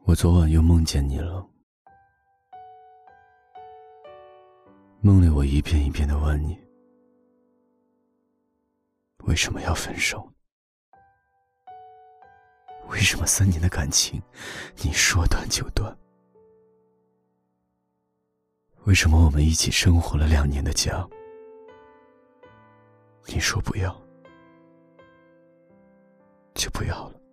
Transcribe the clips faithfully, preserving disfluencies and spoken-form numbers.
我昨晚又梦见你了。梦里我一遍一遍地问你，为什么要分手？为什么三年的感情，你说断就断？为什么我们一起生活了两年的家，你说不要，就不要了？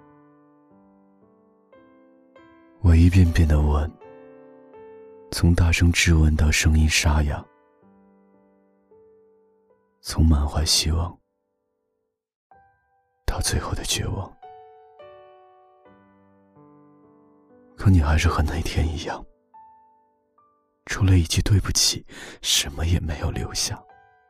我一遍遍地问，从大声质问到声音沙哑，从满怀希望到最后的绝望，可你还是和那天一样，除了一句对不起，什么也没有留下。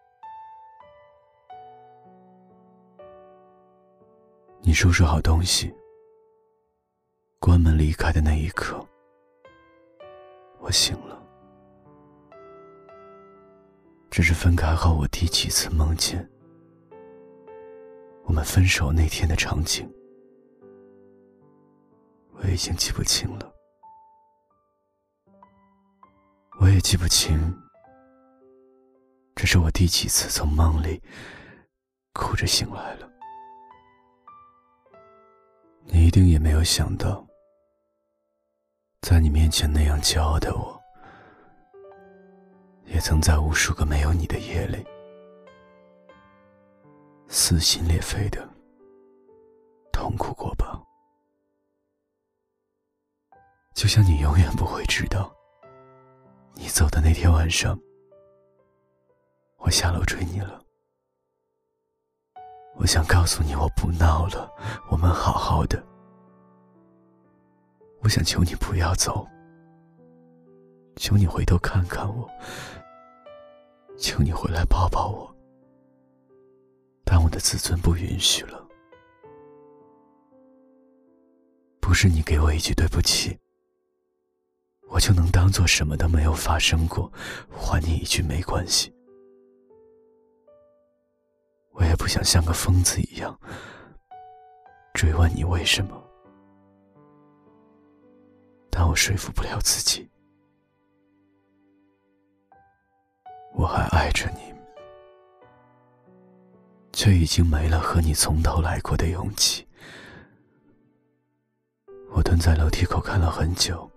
你收拾好东西，关门离开的那一刻，我醒了。这是分开后我第几次梦见我们分手那天的场景，我已经记不清了。我也记不清这是我第几次从梦里哭着醒来了。你一定也没有想到，在你面前那样骄傲的我，也曾在无数个没有你的夜里撕心裂肺的痛苦过吧。就像你永远不会知道，你走的那天晚上，我下楼追你了。我想告诉你，我不闹了，我们好好的。我想求你不要走，求你回头看看我，求你回来抱抱我，但我的自尊不允许了。不是你给我一句对不起，我就能当作什么都没有发生过，还你一句没关系。我也不想像个疯子一样追问你为什么，但我说服不了自己，我还爱着你，却已经没了和你从头来过的勇气。我蹲在楼梯口看了很久，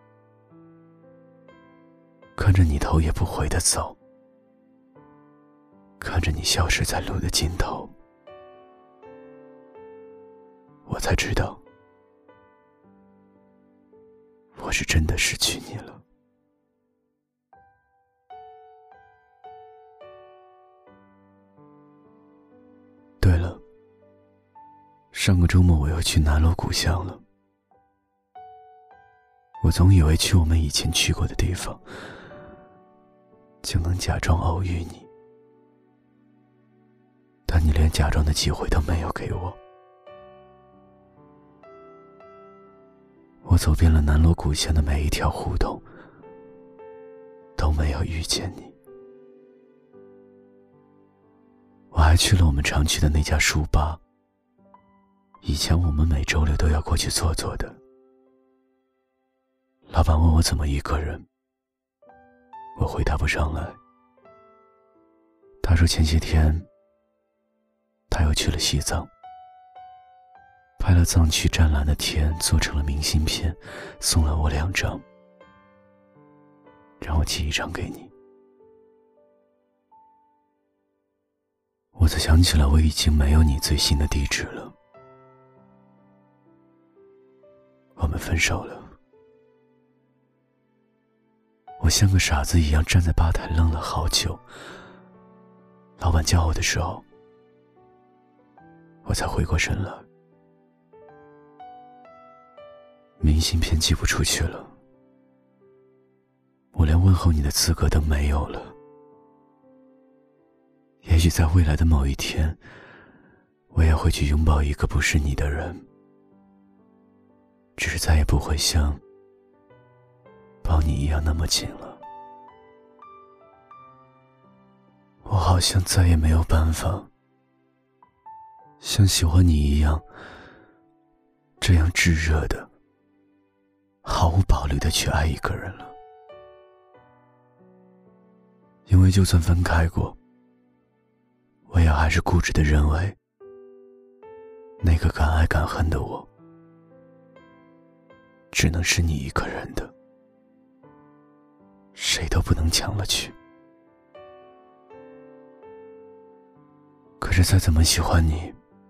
看着你头也不回地走，看着你消失在路的尽头，我才知道，我是真的失去你了。对了，上个周末我又去南锣鼓巷了。我总以为去我们以前去过的地方，就能假装偶遇你，但你连假装的机会都没有给我。我走遍了南锣鼓巷的每一条胡同，都没有遇见你。我还去了我们常去的那家书吧，以前我们每周六都要过去坐坐的。老板问我怎么一个人，我回答不上来。他说前些天他又去了西藏，拍了藏区湛蓝的天，做成了明信片，送了我两张，让我寄一张给你。我才想起来我已经没有你最新的地址了。我们分手了。我像个傻子一样站在吧台愣了好久，老板叫我的时候，我才回过神来。明信片寄不出去了，我连问候你的资格都没有了。也许在未来的某一天，我也会去拥抱一个不是你的人，只是再也不会像抱你一样那么紧了。我好像再也没有办法像喜欢你一样这样炙热的虑的去爱一个人了。因为就算分开过，我也还是固执地认为，那个敢爱敢恨的我，只能是你一个人的，谁都不能抢了去。可是再怎么喜欢你，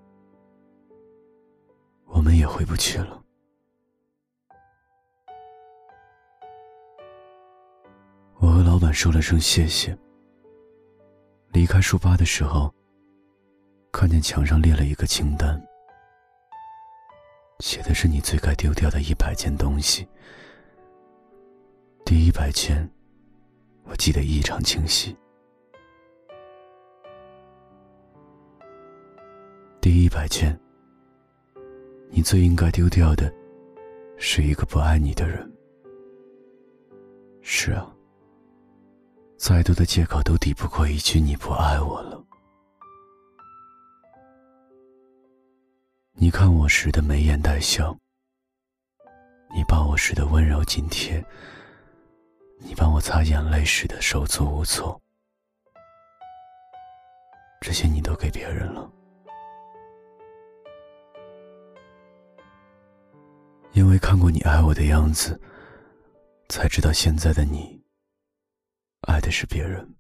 我们也回不去了。我和老板说了声谢谢，离开书吧的时候，看见墙上列了一个清单，写的是你最该丢掉的一百件东西。第一百件，我记得异常清晰。第一百件，你最应该丢掉的是一个不爱你的人。是啊，再多的借口都抵不过一句你不爱我了。你看我时的眉眼带笑，你抱我时的温柔紧贴，你帮我擦眼泪时的手足无措，这些你都给别人了。因为看过你爱我的样子，才知道现在的你爱的是别人。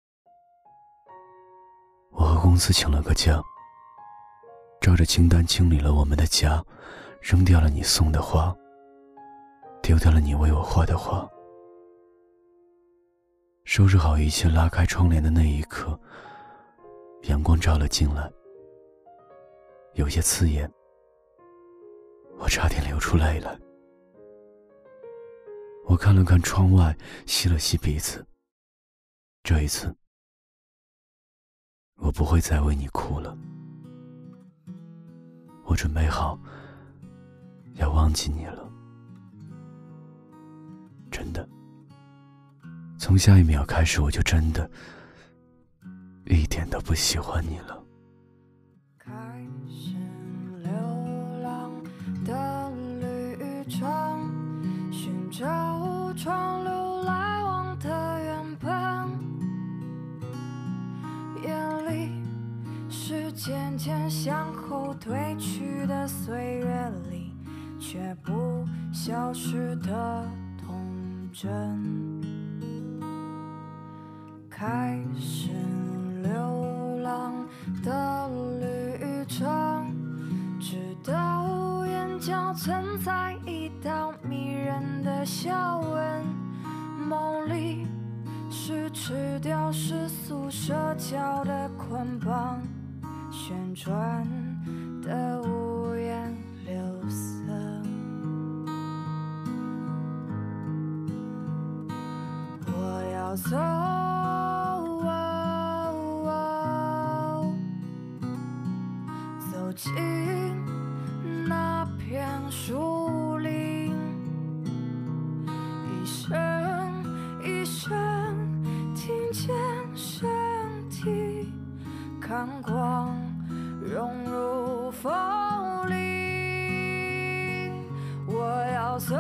我和公司请了个假，照着清单清理了我们的家，扔掉了你送的花，丢掉了你为我画的画。收拾好一切，拉开窗帘的那一刻，阳光照了进来，有些刺眼，我差点流出泪来。我看了看窗外，吸了吸鼻子，这一次我不会再为你哭了。我准备好要忘记你了，真的。从下一秒开始，我就真的一点都不喜欢你了。 开始流浪的旅程，寻找川流来往的原本，眼里是渐渐向后退去的岁月里却不消失的童真。开始流浪的旅程，直到眼角存在一道迷人的笑纹，梦里是吃掉世俗社交的捆绑，旋转的五颜六色。我要走走进那片树林，一声一声听见身体，看光融入风里。我要走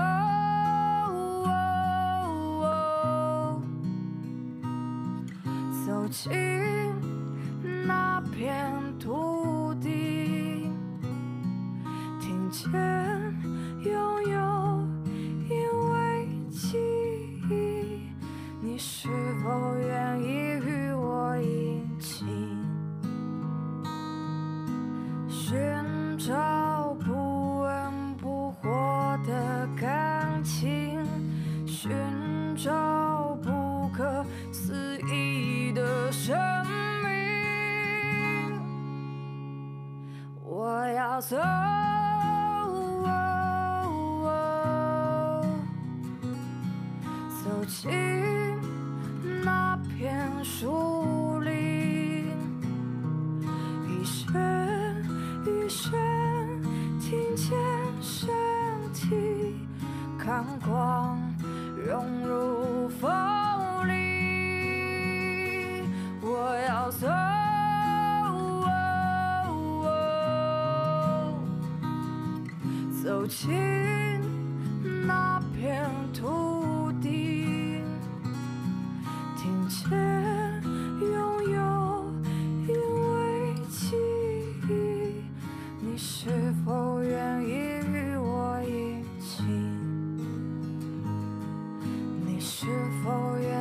走进那片土地，听见拥有因为记忆，你是否愿意与我一起寻找不温不火的感情，寻找不可思议的生命。我要走走进那片树林，一声一声听见身体，看光融入风里。我要走走进那片土你是否也